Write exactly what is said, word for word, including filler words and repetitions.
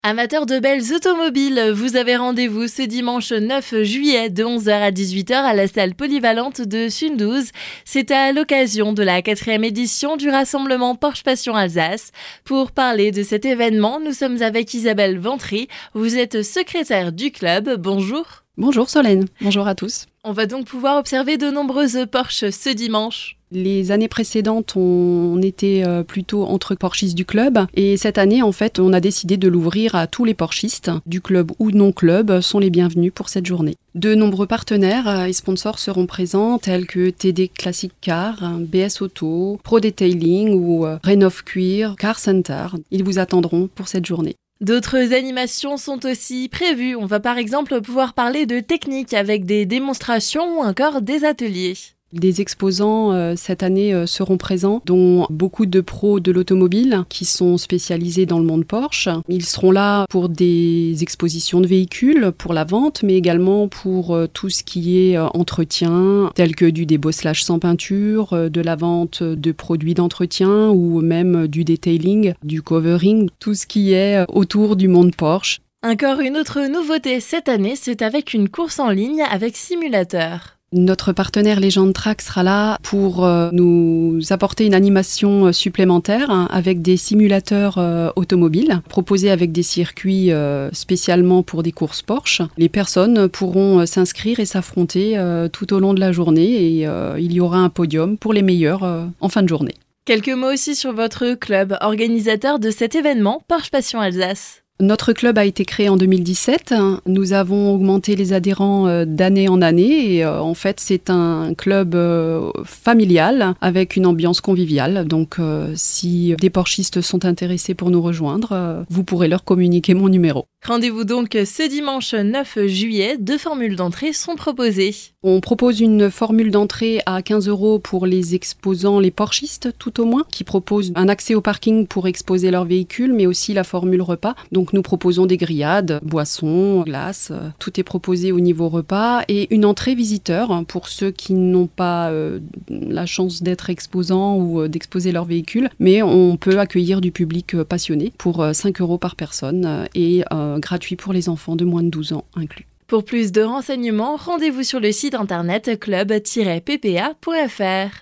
Amateurs de belles automobiles, vous avez rendez-vous ce dimanche neuf juillet de onze heures à dix-huit heures à la salle polyvalente de Sundouze. C'est à l'occasion de la quatrième édition du rassemblement Porsche Passion Alsace. Pour parler de cet événement, nous sommes avec Isabelle Ventry. Vous êtes secrétaire du club. Bonjour. Bonjour Solène, bonjour à tous. On va donc pouvoir observer de nombreuses Porsche ce dimanche. Les années précédentes, on était plutôt entre Porschistes du club. Et cette année, en fait, on a décidé de l'ouvrir à tous les Porschistes, du club ou non club, sont les bienvenus pour cette journée. De nombreux partenaires et sponsors seront présents, tels que T D Classic Car, B S Auto, Pro Detailing ou Rénov Cuir, Car Center. Ils vous attendront pour cette journée. D'autres animations sont aussi prévues. On va par exemple pouvoir parler de technique avec des démonstrations ou encore des ateliers. Des exposants euh, cette année euh, seront présents, dont beaucoup de pros de l'automobile qui sont spécialisés dans le monde Porsche. Ils seront là pour des expositions de véhicules, pour la vente, mais également pour euh, tout ce qui est euh, entretien, tel que du débosselage sans peinture, euh, de la vente de produits d'entretien ou même du detailing, du covering, tout ce qui est euh, autour du monde Porsche. Encore une autre nouveauté cette année, c'est avec une course en ligne avec simulateur. Notre partenaire Legend Track sera là pour euh, nous apporter une animation supplémentaire hein, avec des simulateurs euh, automobiles proposés avec des circuits euh, spécialement pour des courses Porsche. Les personnes pourront s'inscrire et s'affronter euh, tout au long de la journée et euh, il y aura un podium pour les meilleurs euh, en fin de journée. Quelques mots aussi sur votre club, organisateur de cet événement Porsche Passion Alsace. Notre club a été créé en deux mille dix-sept. Nous avons augmenté les adhérents d'année en année. Et en fait, c'est un club familial avec une ambiance conviviale. Donc, si des Porschistes sont intéressés pour nous rejoindre, vous pourrez leur communiquer mon numéro. Rendez-vous donc ce dimanche neuf juillet. Deux formules d'entrée sont proposées. On propose une formule d'entrée à quinze euros pour les exposants, les Porschistes tout au moins, qui proposent un accès au parking pour exposer leur véhicule, mais aussi la formule repas. Donc nous proposons des grillades, boissons, glaces, tout est proposé au niveau repas et une entrée visiteur pour ceux qui n'ont pas euh, la chance d'être exposants ou euh, d'exposer leur véhicule, mais on peut accueillir du public euh, passionné pour euh, cinq euros par personne euh, et euh, gratuit pour les enfants de moins de douze ans inclus. Pour plus de renseignements, rendez-vous sur le site internet club tiret p p a point f r.